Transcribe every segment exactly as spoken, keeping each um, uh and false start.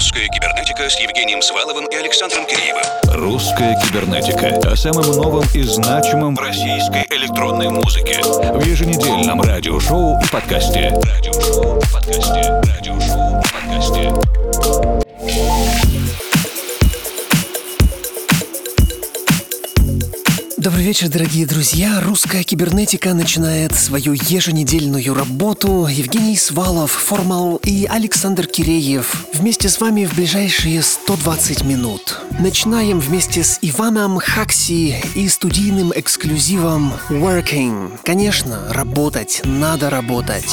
«Русская кибернетика» с Евгением Сваловым и Александром Киреевым. «Русская кибернетика» о самом новом и значимом в российской электронной музыке в еженедельном радиошоу и подкасте. Радиошоу и подкасте. Радиошоу и подкасте. Добрый вечер, дорогие друзья. «Русская кибернетика» начинает свою еженедельную работу. Евгений Свалов, Формал и Александр Киреев вместе с вами в ближайшие сто двадцать минут. Начинаем вместе с Иваном Хакси и студийным эксклюзивом «Working». Конечно, работать, надо работать.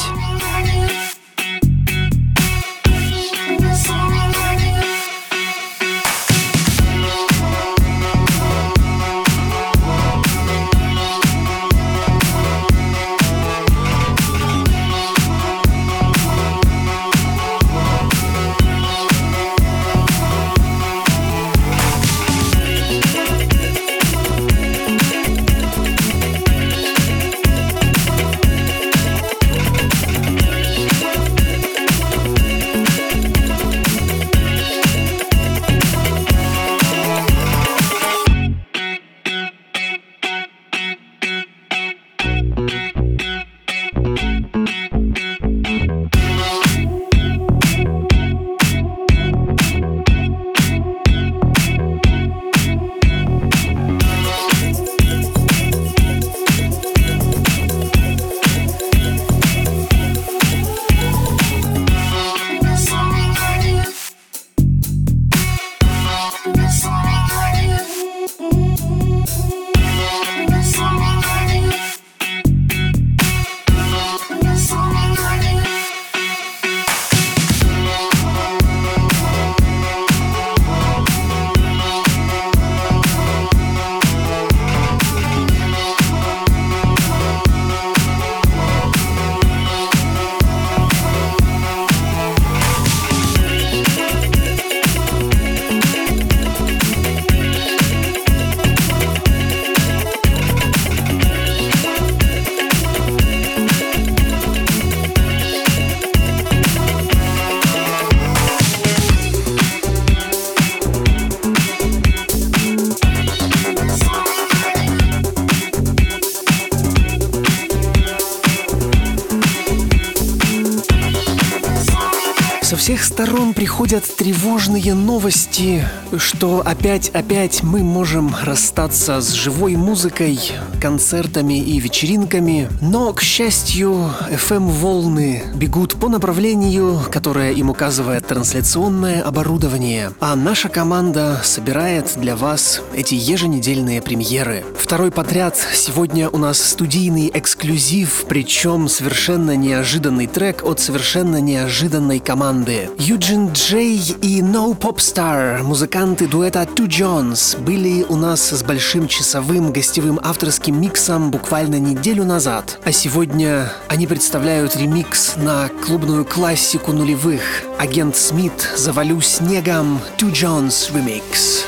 Со всех сторон приходят тревожные новости, что опять-опять мы можем расстаться с живой музыкой, концертами и вечеринками. Но, к счастью, эф эм-волны бегут по направлению, которое им указывает трансляционное оборудование. А наша команда собирает для вас эти еженедельные премьеры. Второй подряд сегодня у нас студийный эксклюзив, причем совершенно неожиданный трек от совершенно неожиданной команды. Юджин Джей и No Popstar, музыканты дуэта Two Jones, были у нас с большим часовым гостевым авторским миксом буквально неделю назад. А сегодня они представляют ремикс на клубную классику нулевых «Агент Смит, завалю снегом», Two Jones Remix.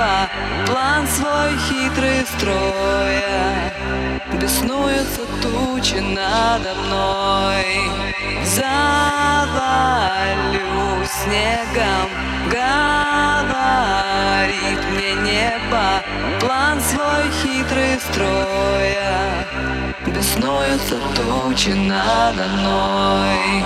небо, план свой хитрый строя. Беснуются тучи надо мной. Завалю снегом, говорит мне небо, план свой хитрый строя. Беснуются тучи надо мной.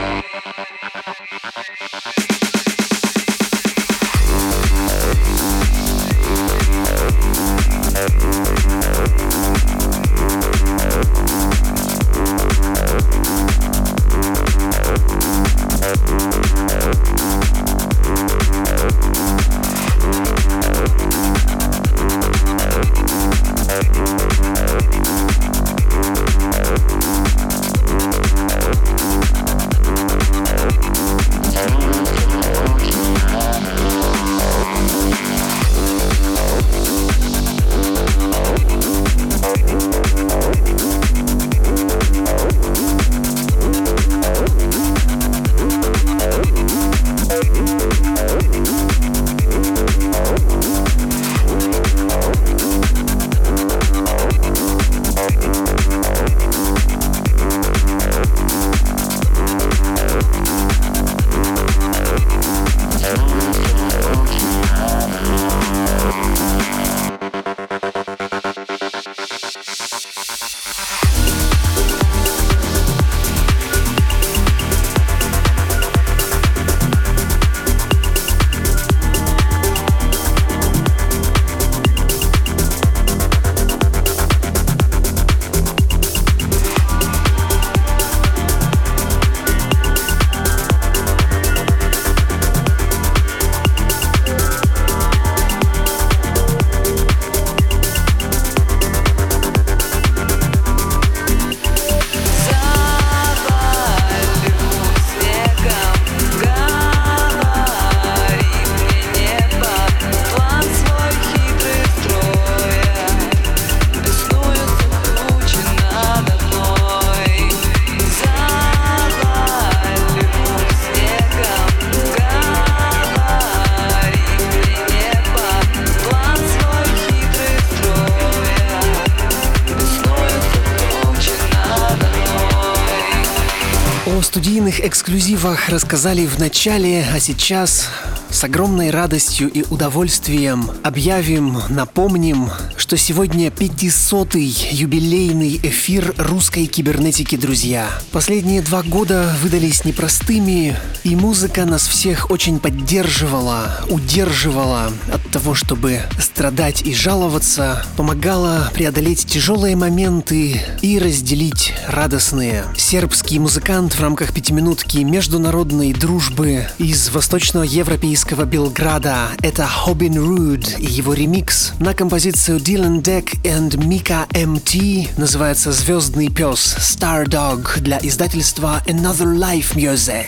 О студийных эксклюзивах рассказали в начале, а сейчас с огромной радостью и удовольствием объявим, напомним, что сегодня пятисотый юбилейный эфир русской кибернетики, друзья. Последние два года выдались непростыми, и музыка нас всех очень поддерживала, удерживала от того, чтобы страдать и жаловаться, помогала преодолеть тяжелые моменты и разделить радостные. Сербский музыкант в рамках пятиминутки международной дружбы из восточноевропейского Белграда — это Hobin Rude и его ремикс на композицию Dylan Deck and Mika эм ти называется «Звездный пес» Star Dog для издательства Another Life Music.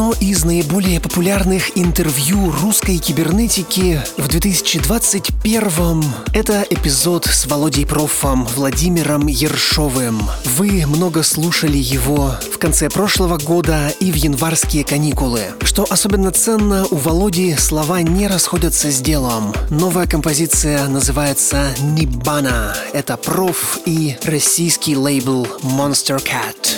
Одно из наиболее популярных интервью русской кибернетики в две тысячи двадцать первом — это эпизод с Володей Профом Владимиром Ершовым. Вы много слушали его в конце прошлого года и в январские каникулы. Что особенно ценно, у Володи слова не расходятся с делом. Новая композиция называется «Ниббана». Это Проф и российский лейбл Monster Cat.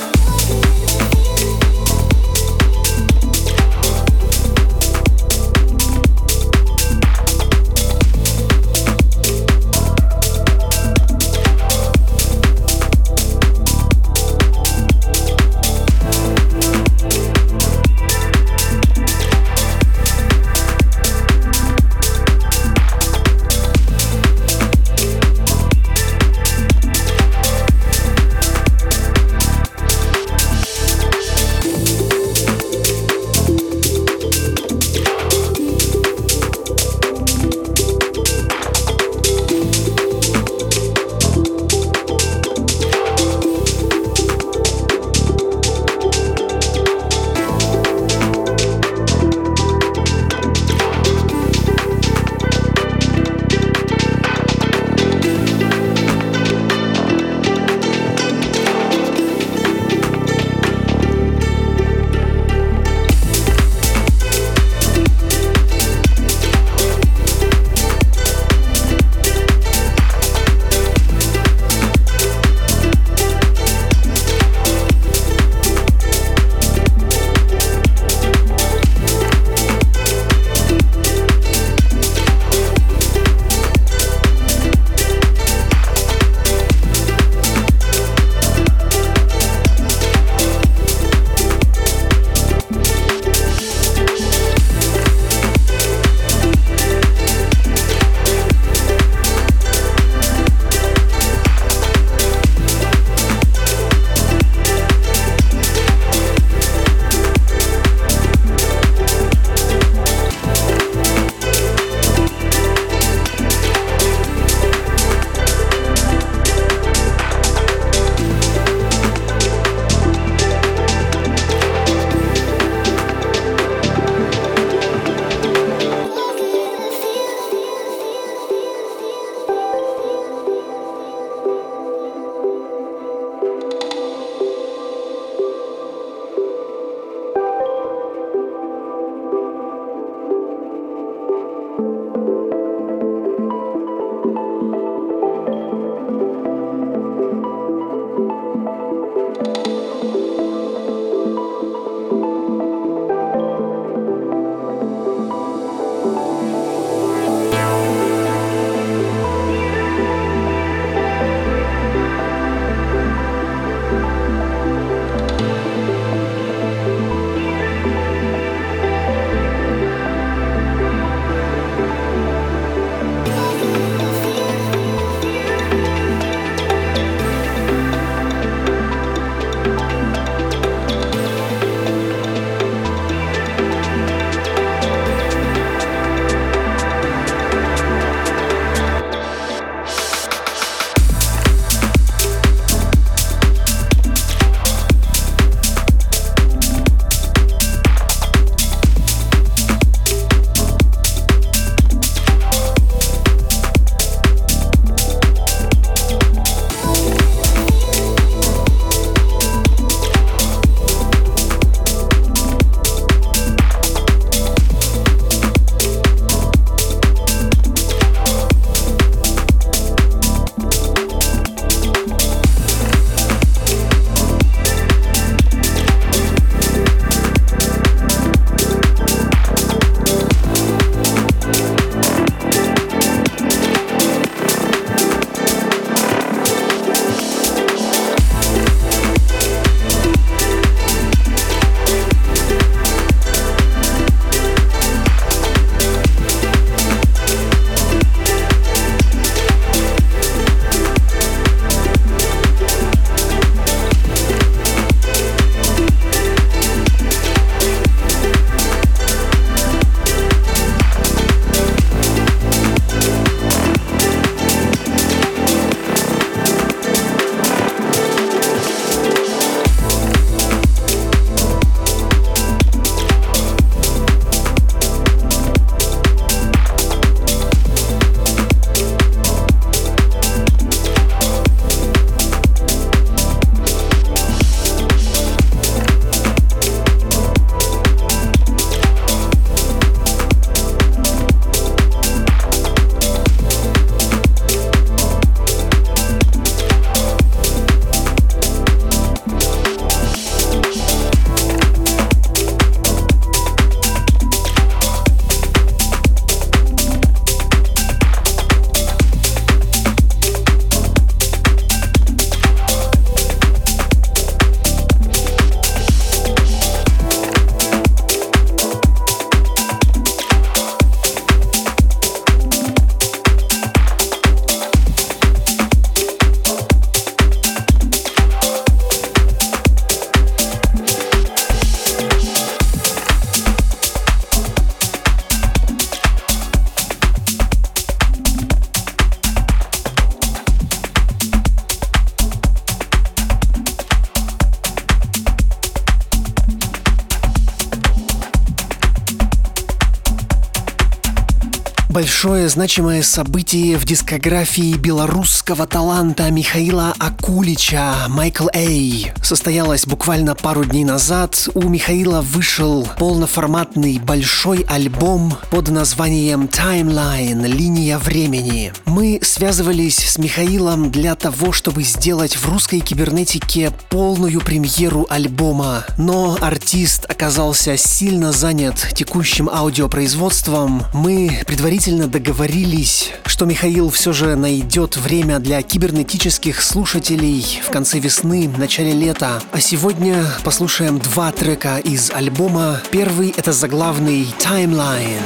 Большое значимое событие в дискографии белорусского таланта Михаила Акулича «Майкл Эй» состоялось буквально пару дней назад. У Михаила вышел полноформатный большой альбом под названием «Timeline» — «Линия времени». Мы связывались с Михаилом для того, чтобы сделать в русской кибернетике полную премьеру альбома, но артист оказался сильно занят текущим аудиопроизводством. Мы предварительно договорились, что Михаил все же найдет время для кибернетических слушателей в конце весны, начале лета. А сегодня послушаем два трека из альбома. Первый — это заглавный «Timeline».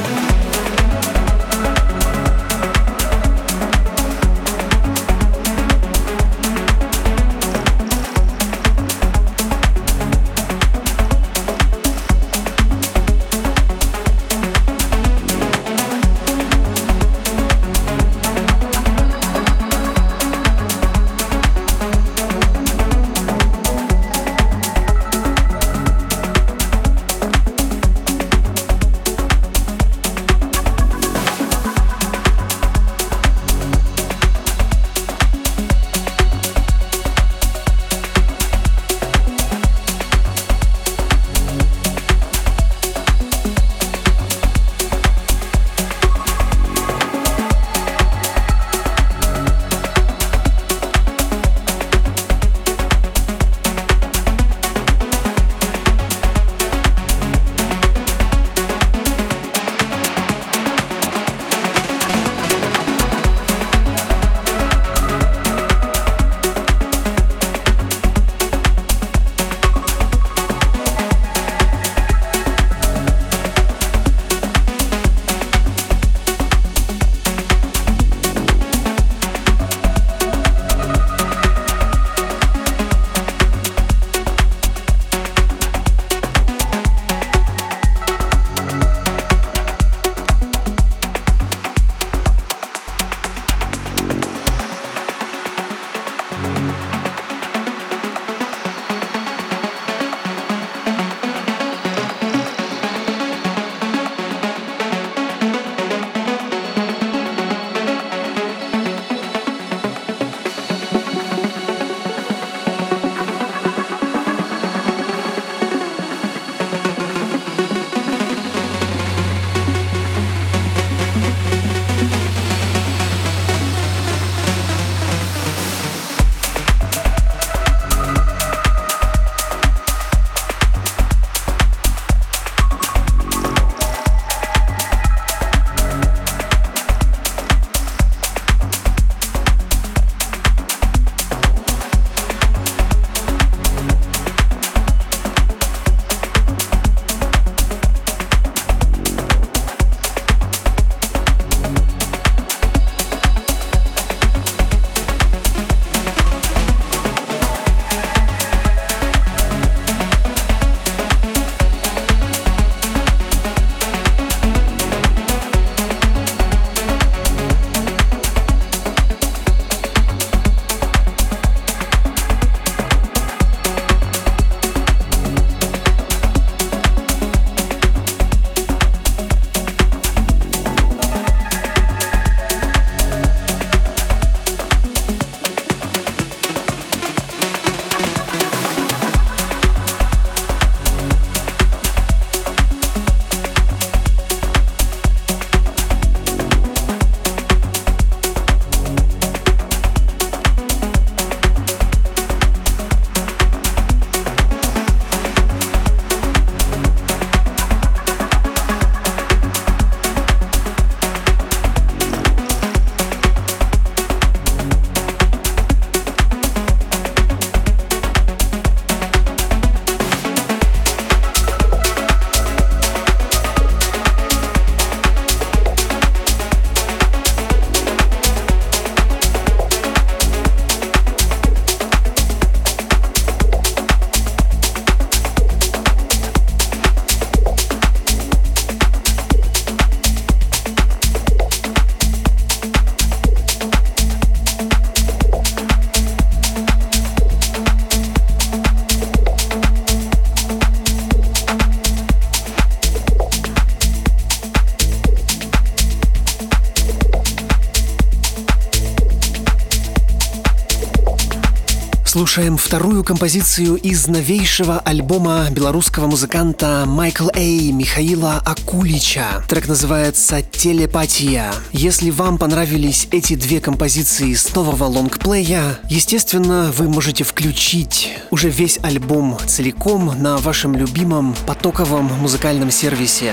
Слушаем вторую композицию из новейшего альбома белорусского музыканта Майкл Эй Михаила Акулича. Трек называется «Телепатия». Если вам понравились эти две композиции с нового лонгплея, естественно, вы можете включить уже весь альбом целиком на вашем любимом потоковом музыкальном сервисе.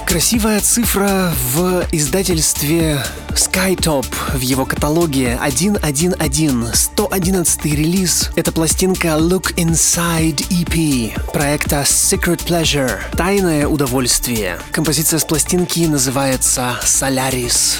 Красивая цифра в издательстве Skytop в его каталоге сто одиннадцать, сто одиннадцатый релиз. Это пластинка Look Inside и пи проекта Secret Pleasure, тайное удовольствие. Композиция с пластинки называется Solaris.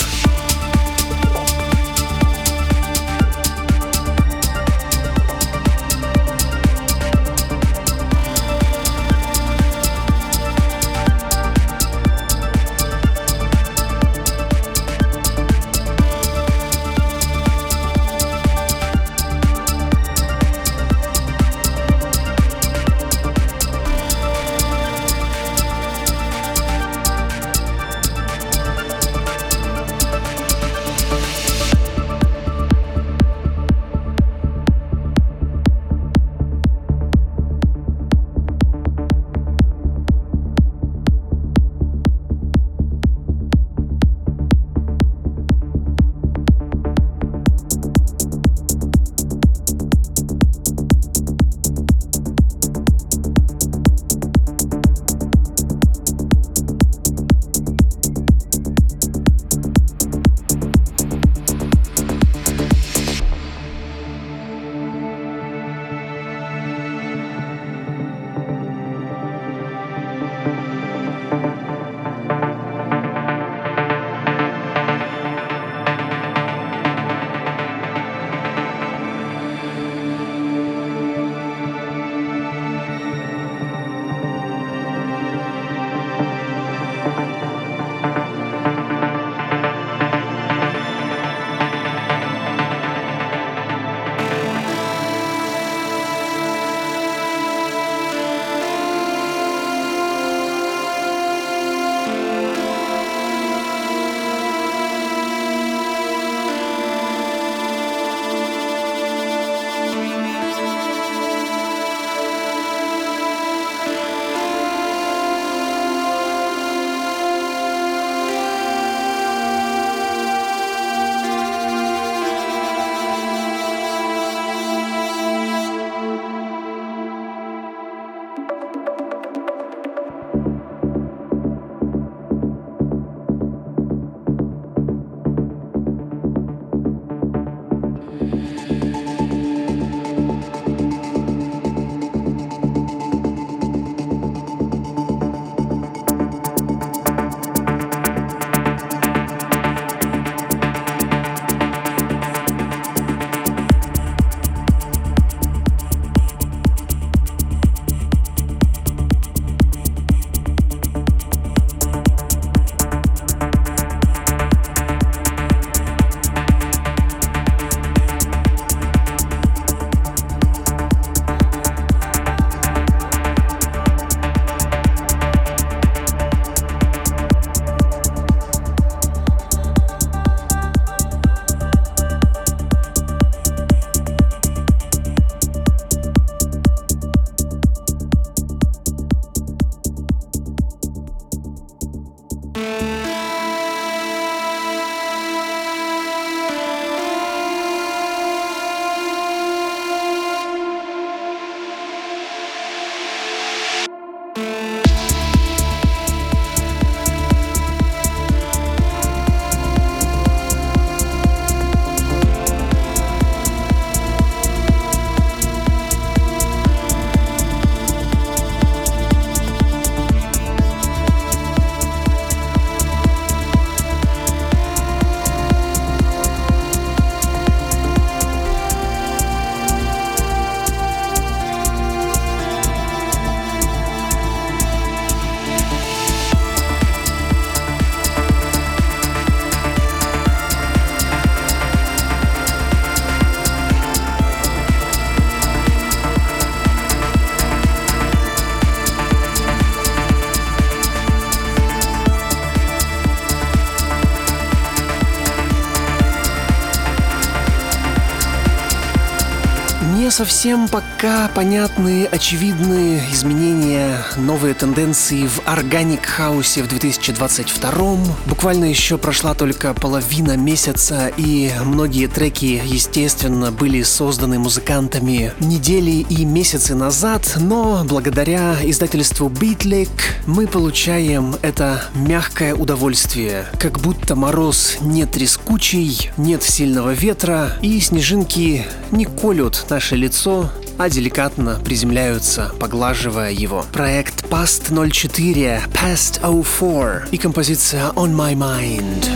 не совсем пока понятны очевидные изменения, новые тенденции в органик-хаусе в две тысячи двадцать втором. Буквально еще прошла только половина месяца, и многие треки, естественно, были созданы музыкантами недели и месяцы назад, но благодаря издательству Beatlik мы получаем это мягкое удовольствие. Как будто мороз не трескучий, нет сильного ветра, и снежинки не колют наше лицо, а деликатно приземляются, поглаживая его. Проект Past ноль четыре, Past ноль четыре и композиция On My Mind.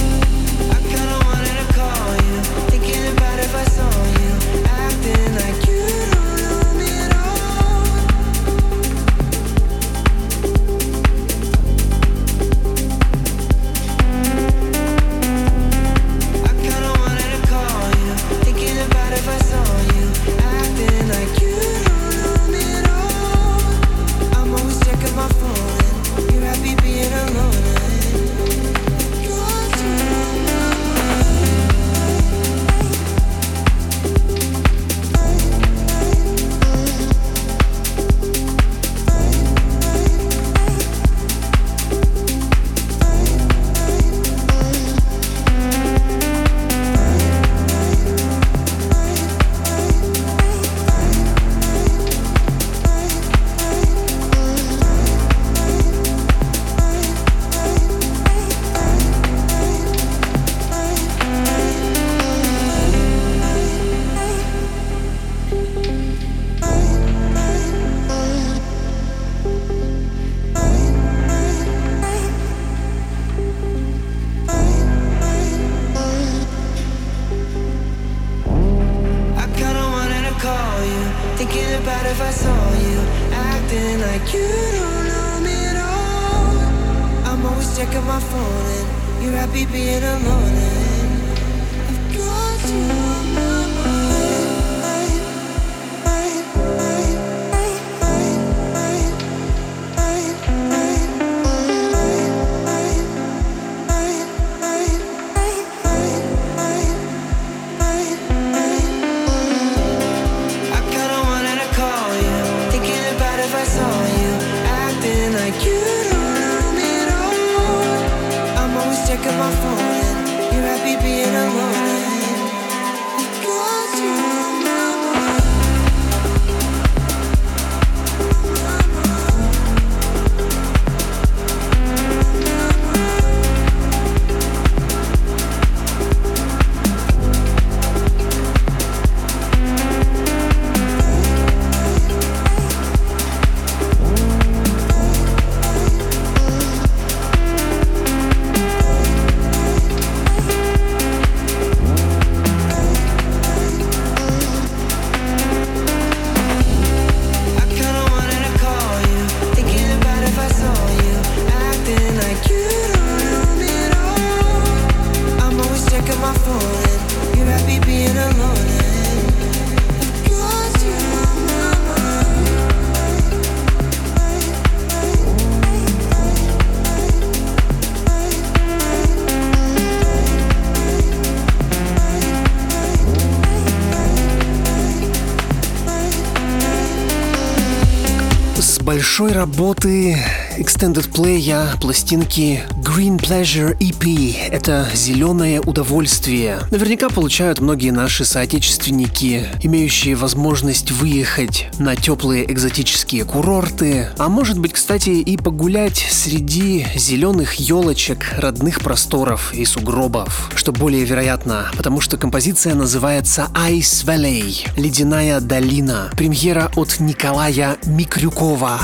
Большой работы Extended Play пластинки Green Pleasure и пи. Это зеленое удовольствие. Наверняка получают многие наши соотечественники, имеющие возможность выехать на теплые экзотические курорты, а может быть, кстати, и погулять среди зеленых елочек родных просторов и сугробов, что более вероятно, потому что композиция называется Ice Valley — Ледяная долина. Премьера от Николая Микрюкова.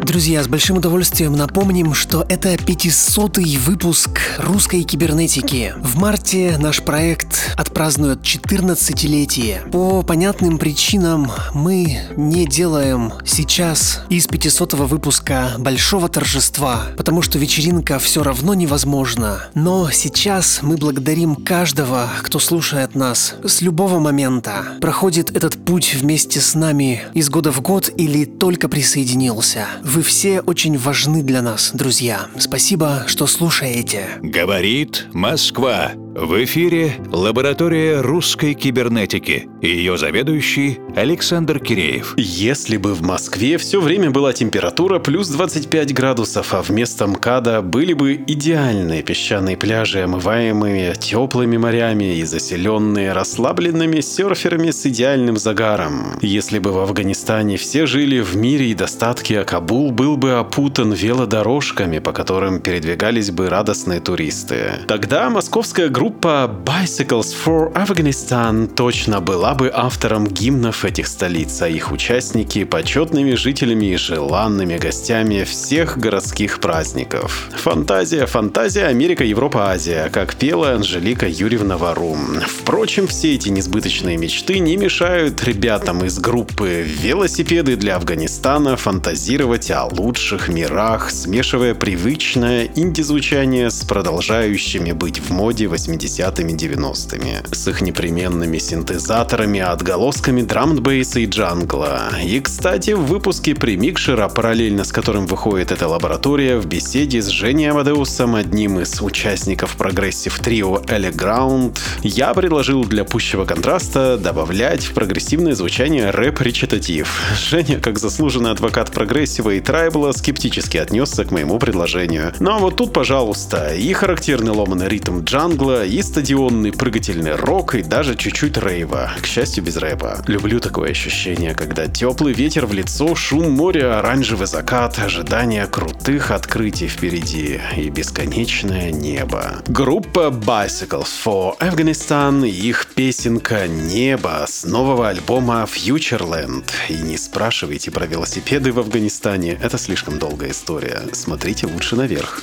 Друзья, с большим удовольствием напомним, что это пятисотый выпуск русской кибернетики. В марте наш проект отпразднует четырнадцатилетие. По понятным причинам мы не делаем сейчас из пятисотого выпуска большого торжества, потому что вечеринка все равно невозможна. Но сейчас мы благодарим каждого, кто слушает нас с любого момента, проходит этот путь вместе с нами из года в год или только присоединился. Вы все очень важны для нас, друзья. Спасибо, что слушаете. Говорит Москва. В эфире лаборатория русской кибернетики и ее заведующий Александр Киреев. Если бы в Москве все время была температура плюс двадцать пять градусов, а вместо МКАДа были бы идеальные песчаные пляжи, омываемые теплыми морями и заселенные расслабленными серферами с идеальным загаром. Если бы в Афганистане все жили в мире и достатке, а Кабул был бы опутан велодорожками, по которым передвигались бы радостные туристы, тогда московская группа Группа Bicycles for Afghanistan точно была бы автором гимнов этих столиц, а их участники — почетными жителями и желанными гостями всех городских праздников. Фантазия, фантазия, Америка, Европа, Азия, как пела Анжелика Юрьевна Варум. Впрочем, все эти несбыточные мечты не мешают ребятам из группы «Велосипеды для Афганистана» фантазировать о лучших мирах, смешивая привычное инди-звучание с продолжающими быть в моде восьмидесятыми девяностыми, с их непременными синтезаторами, отголосками драм-н-бейса и джангла. И, кстати, в выпуске премикшера, параллельно с которым выходит эта лаборатория, в беседе с Женей Амадеусом, одним из участников прогрессив-трио Eleground, я предложил для пущего контраста добавлять в прогрессивное звучание рэп-речитатив. Женя, как заслуженный адвокат прогрессива и трайбла, скептически отнесся к моему предложению. Ну а вот тут, пожалуйста, и характерный ломаный ритм джангла, и стадионный прыгательный рок, и даже чуть-чуть рейва. К счастью, без рэпа. Люблю такое ощущение, когда теплый ветер в лицо, шум моря, оранжевый закат, ожидание крутых открытий впереди и бесконечное небо. Группа Bicycles for Afghanistan и их песенка «Небо» с нового альбома Futureland. И не спрашивайте про велосипеды в Афганистане, это слишком долгая история. Смотрите лучше наверх.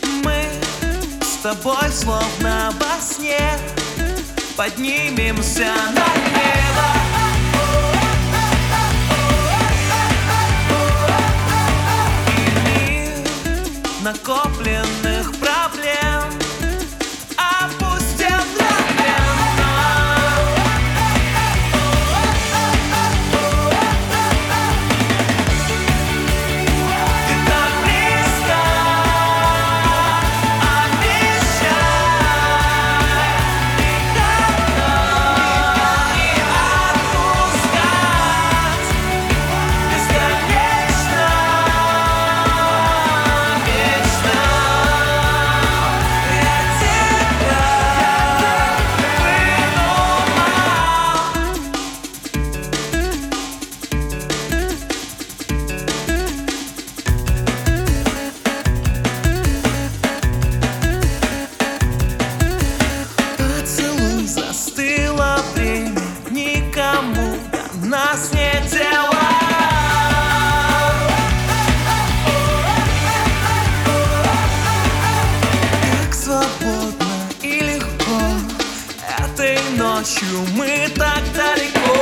С тобой словно во сне поднимемся на небо. И мир накопленных проблем опустим мгновенно. Ты так близко. Нас не дела. Как свободно и легко этой ночью мы так далеко.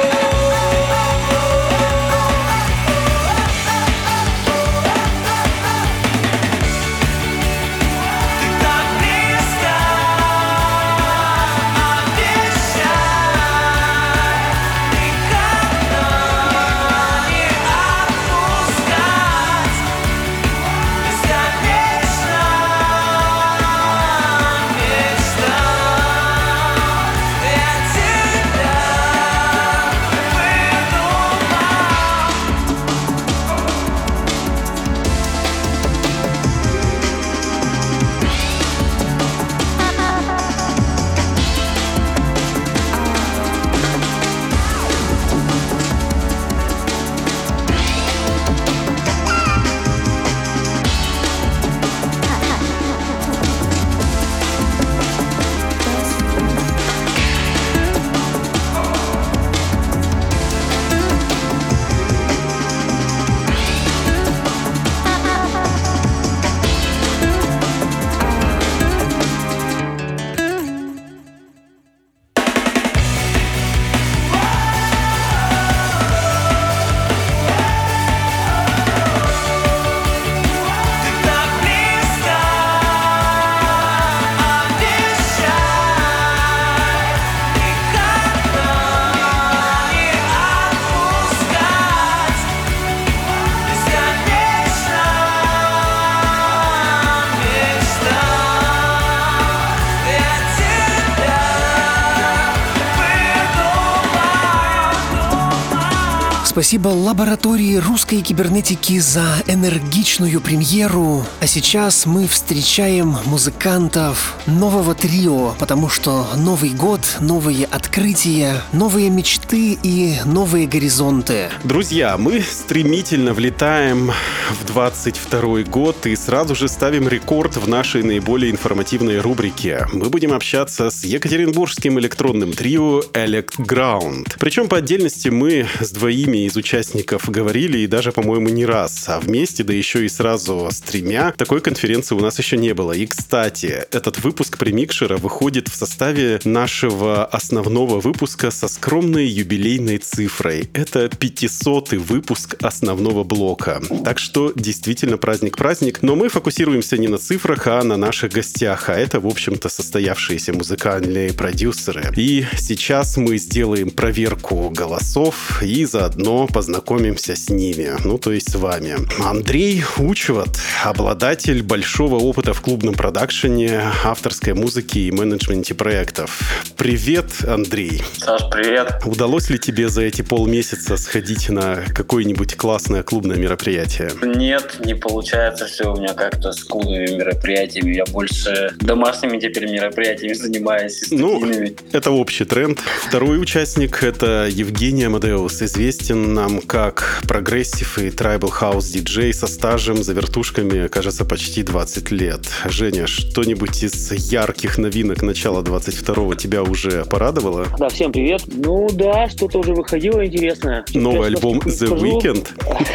Спасибо лаборатории русской кибернетики за энергичную премьеру. А сейчас мы встречаем музыкантов нового трио, потому что Новый год, новые открытия, новые мечты и новые горизонты. Друзья, мы стремительно влетаем в двадцать второй год и сразу же ставим рекорд в нашей наиболее информативной рубрике. Мы будем общаться с екатеринбургским электронным трио Elecground. Причем по отдельности мы с двоими из участников говорили и даже, по-моему, не раз, а вместе, да еще и сразу с тремя. Такой конференции у нас еще не было. И, кстати, этот выпуск премикшера выходит в составе нашего основного выпуска со скромной юбилейной цифрой. Это пятисотый выпуск основного блока. Так что действительно праздник-праздник. Но мы фокусируемся не на цифрах, а на наших гостях. А это, в общем-то, состоявшиеся музыкальные продюсеры. И сейчас мы сделаем проверку голосов и заодно познакомимся с ними. Ну, то есть с вами. Андрей Учват, обладатель большого опыта в клубном продакшене, авторской музыки и менеджменте проектов. Привет, Андрей. Саш, привет. Удалось ли тебе за эти полмесяца сходить на какое-нибудь классное клубное мероприятие? Нет, не получается все у меня как-то с клубными мероприятиями. Я больше домашними теперь мероприятиями занимаюсь. Ну, это общий тренд. Второй участник — это Евгений Амадеус. Известен нам как прогрессив и трайбл хаус диджей со стажем за вертушками, кажется, почти двадцать лет. Женя, что-нибудь из ярких новинок начала двадцать второго тебя уже порадовало? Да, всем привет. Ну да, что-то уже выходило интересное. Новый альбом The Weeknd?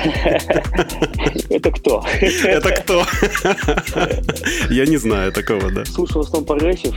Это кто? Это кто? Я не знаю такого, да. Слушаю в основном прогрессив,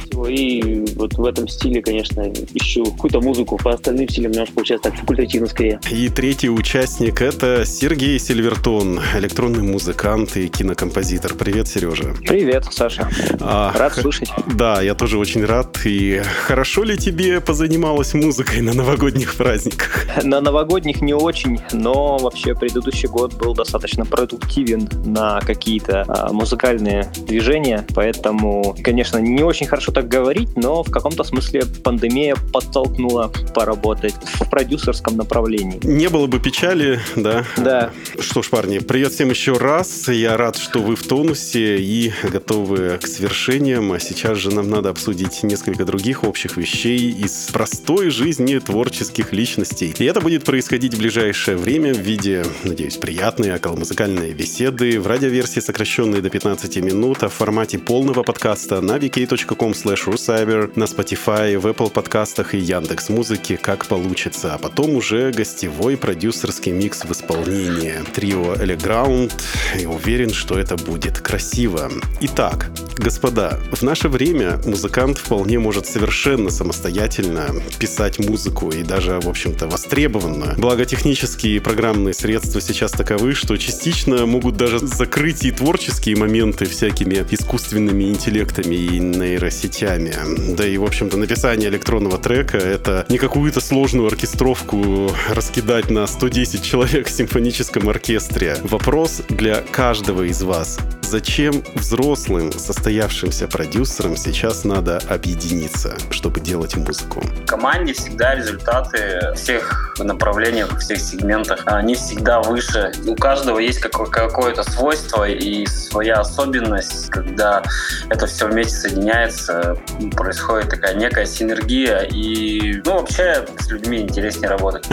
и вот в этом стиле, конечно, ищу какую-то музыку. По остальным стилям немножко получается так факультативно скорее. И третий участник — это Сергей Сильвертон, электронный музыкант и кинокомпозитор. Привет, Сережа. Привет, Саша. А, рад х- слышать. Да, я тоже очень рад. И хорошо ли тебе позанималась музыкой на новогодних праздниках? На новогодних не очень, но вообще предыдущий год был достаточно продуктивен на какие-то а, музыкальные движения, поэтому, конечно, не очень хорошо так говорить, но в каком-то смысле пандемия подтолкнула поработать в продюсерском направлении. Не было бы печали, да? Да. Что ж, парни, привет всем еще раз. Я рад, что вы в тонусе и готовы к свершениям. А сейчас же нам надо обсудить несколько других общих вещей из простой жизни творческих личностей. И это будет происходить в ближайшее время в виде, надеюсь, приятной околомузыкальной беседы в радиоверсии, сокращенной до пятнадцати минут, а в формате полного подкаста на ви кей точка ком слэш русайбер, на Spotify, в Apple подкастах и Яндекс.Музыке, как получится. А потом уже гостевой продюсерский микс в исполнении трио Elecground. И уверен, что это будет красиво. Итак, господа, в наше время музыкант вполне может совершенно самостоятельно писать музыку и даже, в общем-то, востребованную. Благо, технические и программные средства сейчас таковы, что частично могут даже закрыть и творческие моменты всякими искусственными интеллектами и нейросетями. Да и, в общем-то, написание электронного трека — это не какую-то сложную оркестровку раскидать на сто десять человек в симфоническом оркестре. Вопрос для каждого из вас. Зачем взрослым, состоявшимся продюсерам сейчас надо объединиться, чтобы делать музыку? В команде всегда результаты всех направлениях, во всех сегментах, они всегда выше. У каждого есть какое- какое-то свойство и своя особенность. Когда это все вместе соединяется, происходит такая некая синергия. И, ну, вообще с людьми интереснее работать.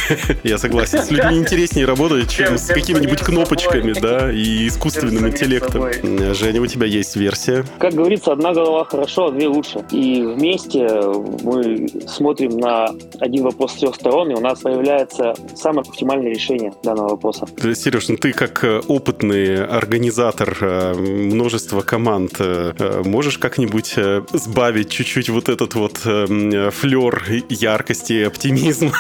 Я согласен. С людьми интереснее работать, чем с какими-нибудь кнопочками, да, и искусственным интеллектом. Женя, у тебя есть версия? Как говорится, одна голова хорошо, а две лучше. И вместе мы смотрим на один вопрос с трех сторон, и у нас появляется самое оптимальное решение данного вопроса. Сереж, ну ты как опытный организатор множества команд, можешь как-нибудь сбавить чуть-чуть вот этот вот флер яркости и оптимизма?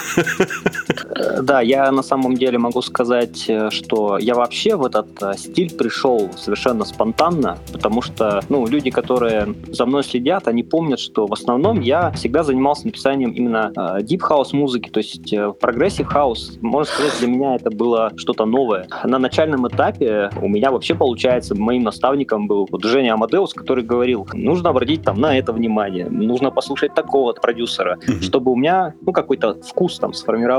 Да, я на самом деле могу сказать, что я вообще в этот стиль пришел совершенно спонтанно, потому что, ну, люди, которые за мной следят, они помнят, что в основном я всегда занимался написанием именно э, deep house музыки, то есть э, progressive house, можно сказать, для меня это было что-то новое. На начальном этапе у меня вообще, получается, моим наставником был вот Женя Амадеус, который говорил, нужно обратить там на это внимание, нужно послушать такого продюсера, mm-hmm. чтобы у меня, ну, какой-то вкус там сформировался, да,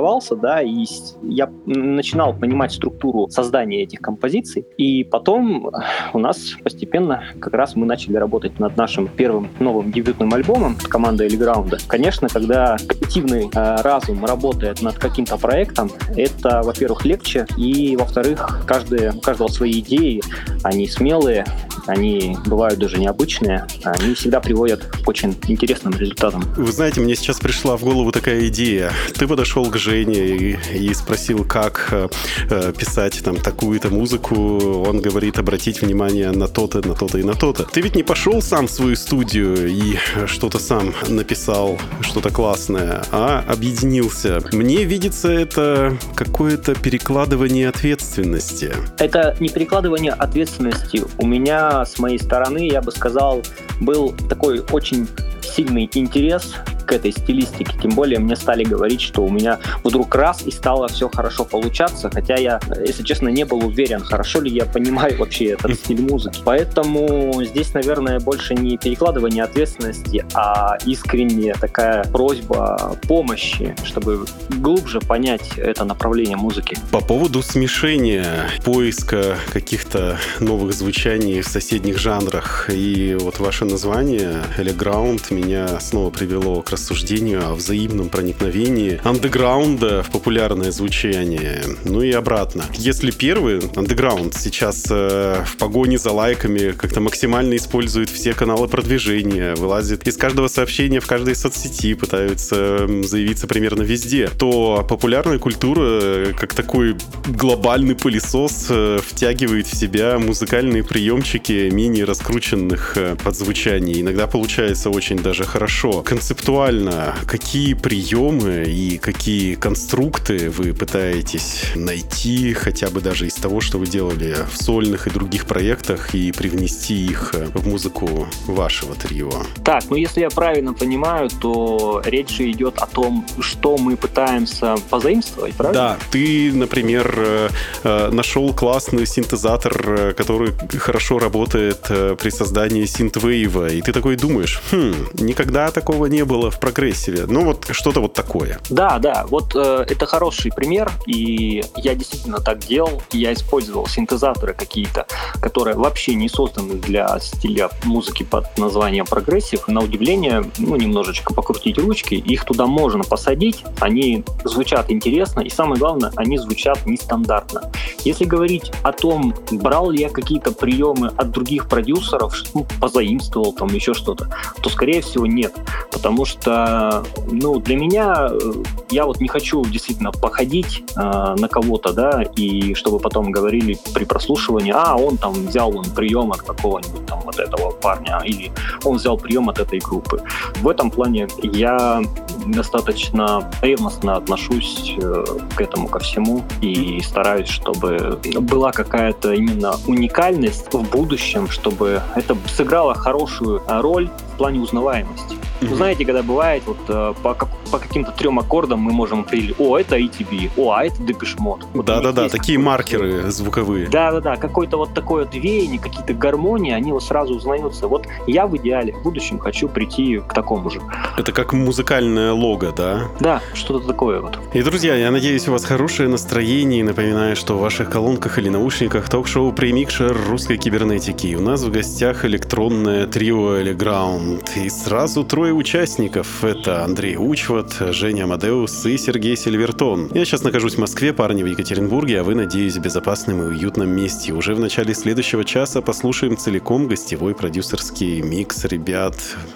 да, и я начинал понимать структуру создания этих композиций, и потом у нас постепенно как раз мы начали работать над нашим первым новым дебютным альбомом команды Элеграунда. Конечно, когда коллективный э, разум работает над каким-то проектом, это, во-первых, легче, и, во-вторых, каждый, у каждого свои идеи, они смелые, они бывают даже необычные, они всегда приводят к очень интересным результатам. Вы знаете, мне сейчас пришла в голову такая идея. Ты подошел к Жене и, и спросил, как э, писать там такую-то музыку. Он говорит, обратить внимание на то-то, на то-то и на то-то. Ты ведь не пошел сам в свою студию и что-то сам написал, что-то классное, а объединился. Мне видится это какое-то перекладывание ответственности. Это не перекладывание ответственности. У меня, с моей стороны, я бы сказал, был такой очень сильный интерес к этой стилистике. Тем более мне стали говорить, что у меня вдруг раз и стало все хорошо получаться, хотя я, если честно, не был уверен, хорошо ли я понимаю вообще этот стиль музыки. Поэтому здесь, наверное, больше не перекладывание ответственности, а искренняя такая просьба помощи, чтобы глубже понять это направление музыки. По поводу смешения, поиска каких-то новых звучаний в соседних жанрах, и вот ваше название Элеграунд меня снова привело к рассуждению о взаимном проникновении андеграунда в популярное звучание. Ну и обратно. Если первый, андеграунд, сейчас э, в погоне за лайками как-то максимально использует все каналы продвижения, вылазит из каждого сообщения в каждой соцсети, пытаются заявиться примерно везде, то популярная культура, как такой глобальный пылесос, э, втягивает в себя музыкальные приемчики менее раскрученных э, подзвучаний. Иногда получается очень даже хорошо. Концептуально, какие приемы и какие конструкты вы пытаетесь найти, хотя бы даже из того, что вы делали в сольных и других проектах, и привнести их в музыку вашего трио? Так, ну если я правильно понимаю, то речь же идет о том, что мы пытаемся позаимствовать, правильно? Да, ты, например, нашел классный синтезатор, который хорошо работает при создании синтвейва, и ты такой думаешь, хм, никогда такого не было в прогрессиве. Ну вот что-то вот такое. Да, да, вот э, это хороший пример, и я действительно так делал. Я использовал синтезаторы какие-то, которые вообще не созданы для стиля музыки под названием прогрессив. И на удивление, ну, немножечко покрутить ручки, их туда можно посадить, они звучат интересно, и самое главное, они звучат нестандартно. Если говорить о том, брал ли я какие-то приемы от других продюсеров, ну, позаимствовал там еще что-то, то, скорее всего, нет. Потому что, ну, для меня, я вот не хочу действительно походить э, на кого-то, да, и чтобы потом говорили при прослушивании, а, он там взял он прием от какого-нибудь там вот этого парня, или он взял прием от этой группы. В этом плане я достаточно ревностно отношусь э, к этому, ко всему, и стараюсь, чтобы была какая-то именно уникальность в будущем, чтобы это сыграло хорошую роль в плане узнаваемости. Вы знаете, когда бывает, вот по, по каким-то трем аккордам мы можем определить, о, это эй ти би, о, а это Depeche Mode. Вот да-да-да, такие маркеры звуковые. Да-да-да, какое-то вот такое вот веяние, какие-то гармонии, они вот сразу узнаются. Вот я в идеале в будущем хочу прийти к такому же. Это как музыкальное лого, да? Да, что-то такое вот. И, друзья, я надеюсь, у вас хорошее настроение. Напоминаю, что в ваших колонках или наушниках ток-шоу «Премикшер русской кибернетики». У нас в гостях электронное трио Элеграунд. И сразу трое участников. Это Андрей Учват, Женя Амадеус и Сергей Сильвертон. Я сейчас нахожусь в Москве, парни в Екатеринбурге, а вы, надеюсь, в безопасном и уютном месте. Уже в начале следующего часа послушаем целиком гостевой продюсерский микс ребят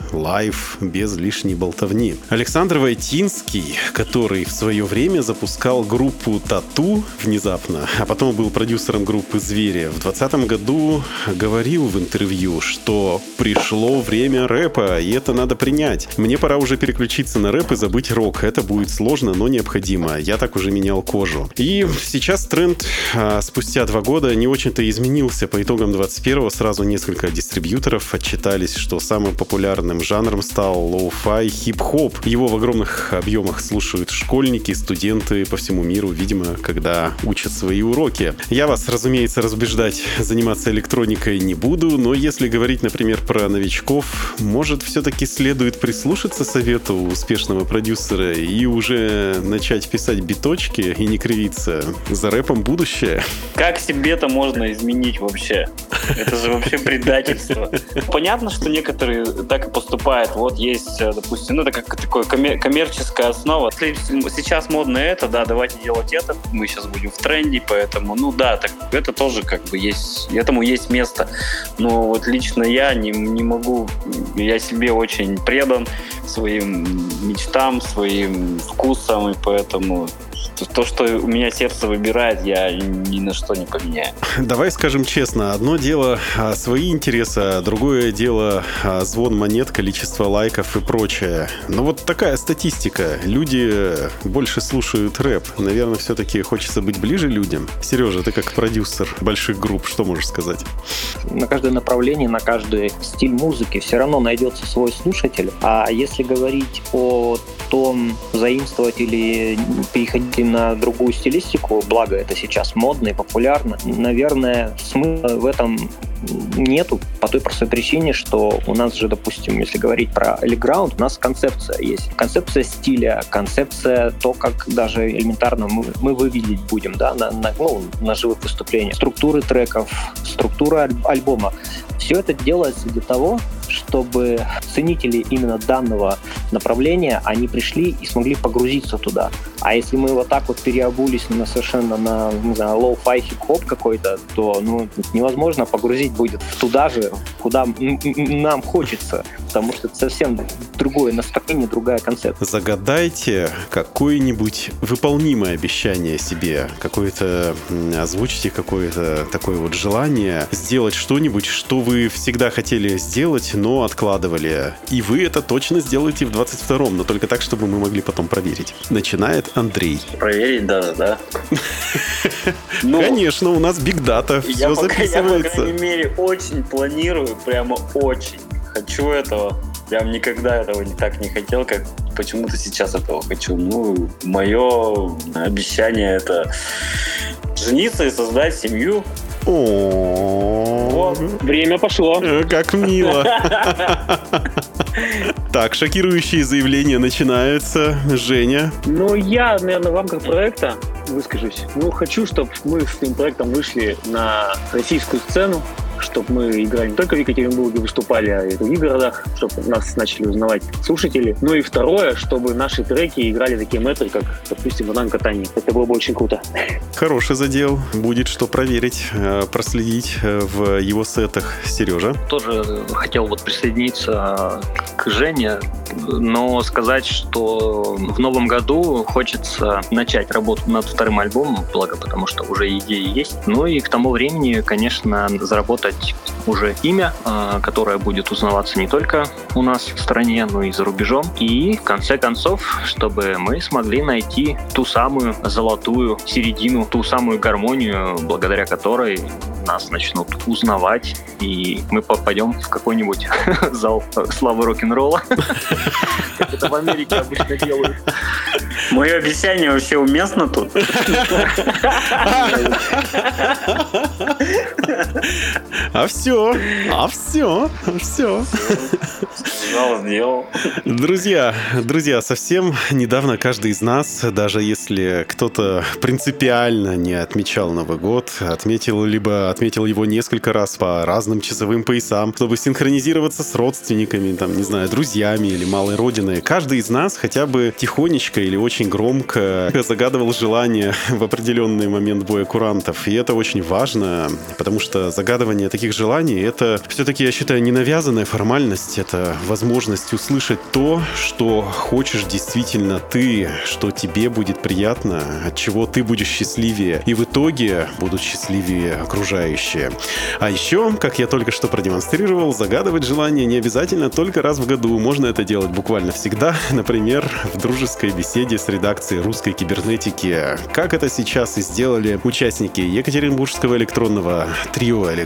лайв, без лишней болтовни. Александр Войтинский, который в свое время запускал группу Тату внезапно, а потом был продюсером группы Звери, в двадцатом году говорил в интервью, что пришло время рэпа, и это надо принять. Мне пора уже переключиться на рэп и забыть рок. Это будет сложно, но необходимо. Я так уже менял кожу. И сейчас тренд а, спустя два года не очень-то изменился. По итогам двадцать первого сразу несколько дистрибьюторов отчитались, что самым популярным жанром стал лоу-фай хип-хоп. Его в огромных объемах слушают школьники, студенты по всему миру, видимо, когда учат свои уроки. Я вас, разумеется, разубеждать заниматься электроникой не буду, но если говорить, например, про новичков, может, все-таки следует стоит прислушаться совету успешного продюсера и уже начать писать биточки и не кривиться. За рэпом будущее. Как себе-то можно изменить вообще? Это же вообще предательство. Понятно, что некоторые так и поступают. Вот есть, допустим, ну это как такое коммер- коммерческая основа. Если сейчас модно это, да, давайте делать это. Мы сейчас будем в тренде, поэтому, ну да, так это тоже как бы есть, этому есть место. Но вот лично я не, не могу, я себе очень предан своим мечтам, своим вкусам, и поэтому то, что у меня сердце выбирает, я ни на что не поменяю. Давай скажем честно, одно дело а, свои интересы, а другое дело а, звон монет, количество лайков и прочее. Но вот такая статистика. Люди больше слушают рэп. Наверное, все-таки хочется быть ближе людям. Сережа, ты как продюсер больших групп, что можешь сказать? На каждое направление, на каждый стиль музыки все равно найдется свой слушатель. А если говорить о том, заимствовать или переходить на другую стилистику, благо это сейчас модно и популярно, наверное, смысла в этом нету по той простой причине, что у нас же, допустим, если говорить про элеграунд, у нас концепция есть. Концепция стиля, концепция то, как даже элементарно мы, мы выглядеть будем, да, на, на, ну, на живых выступлениях, структуры треков, структура аль- альбома. Все это делается для того, чтобы ценители именно данного направления, они пришли и смогли погрузиться туда. А если мы вот так вот переобулись на совершенно на, не знаю, лоу-фай хип-хоп какой-то, то ну, невозможно погрузить будет туда же, куда нам хочется, потому что это совсем другое настроение, другая концепция. Загадайте какое-нибудь выполнимое обещание себе, какое-то, озвучите какое-то такое вот желание сделать что-нибудь, что вы всегда хотели сделать, но откладывали. И вы это точно сделаете в двадцать втором, но только так, чтобы мы могли потом проверить. Начинает Андрей. Проверить даже, да? Конечно, у нас биг-дата, все записывается. Я, по крайней мере, очень планирую, прямо очень хочу этого. Прям никогда этого так не хотел, как почему-то сейчас этого хочу. Ну, мое обещание — это жениться и создать семью. О, время пошло. Как мило. Так, шокирующие заявления начинаются. Женя. Ну, я, наверное, в рамках проекта выскажусь. Ну, хочу, чтобы мы с этим проектом вышли на российскую сцену, чтобы мы играли не только в Екатеринбурге, выступали, а и в других городах, чтобы нас начали узнавать слушатели. Ну и второе, чтобы наши треки играли такие мэтры, как, допустим, в катании. Это было бы очень круто. Хороший задел. Будет что проверить, проследить в его сетах. Сережа. Тоже хотел вот присоединиться к Жене, но сказать, что в новом году хочется начать работу над вторым альбомом, благо потому что уже идеи есть. Ну и к тому времени, конечно, заработать уже имя, которое будет узнаваться не только у нас в стране, но и за рубежом. И в конце концов, чтобы мы смогли найти ту самую золотую середину, ту самую гармонию, благодаря которой нас начнут узнавать, и мы попадем в какой-нибудь зал славы рок-н-ролла, как это в Америке обычно делают. Мое обещание вообще уместно тут? А все, а все, все. Сделал. Друзья, друзья, совсем недавно каждый из нас, даже если кто-то принципиально не отмечал Новый год, отметил либо отметил его несколько раз по разным часовым поясам, чтобы синхронизироваться с родственниками, там, не знаю, друзьями или малой родиной. Каждый из нас хотя бы тихонечко или очень громко загадывал желание в определенный момент боя курантов. И это очень важно, потому что загадывание таких желаний — это все-таки, я считаю, не навязанная формальность, это возможность услышать то, что хочешь действительно ты, что тебе будет приятно, от чего ты будешь счастливее, и в итоге будут счастливее окружающие. А еще, как я только что продемонстрировал, загадывать желание не обязательно только раз в году. Можно это делать буквально всегда, например, в дружеской беседе с редакцией «Русской кибернетики», как это сейчас и сделали участники екатеринбургского электронного трио «Элеграунд»,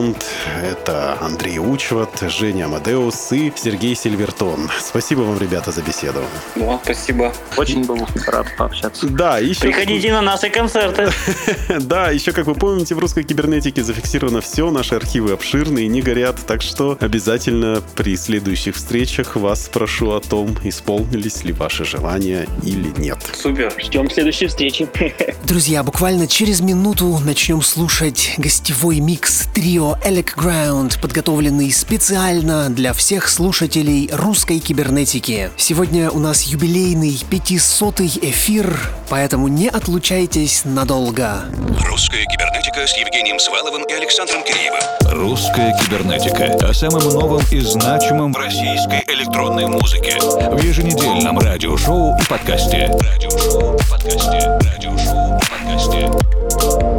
Underground. Это Андрей Учват, Женя Амадеус и Сергей Сильвертон. Спасибо вам, ребята, за беседу. Ну, спасибо. Очень был рад пообщаться. Да, еще... Приходите на наши концерты. Да, еще, как вы помните, в русской кибернетике зафиксировано все, наши архивы обширные, не горят, так что обязательно при следующих встречах вас спрошу о том, исполнились ли ваши желания или нет. Супер. Ждем следующей встречи. Друзья, буквально через минуту начнем слушать гостевой микс трио Elec Ground, подготовленный специально для всех слушателей русской кибернетики. Сегодня у нас юбилейный пятисотый эфир, поэтому не отлучайтесь надолго. Русская кибернетика с Евгением Сваловым и Александром Киреевым. Русская кибернетика о самом новом и значимом в российской электронной музыке в еженедельном радиошоу и подкасте. Радиошоу и подкасте. Радиошоу и подкасте.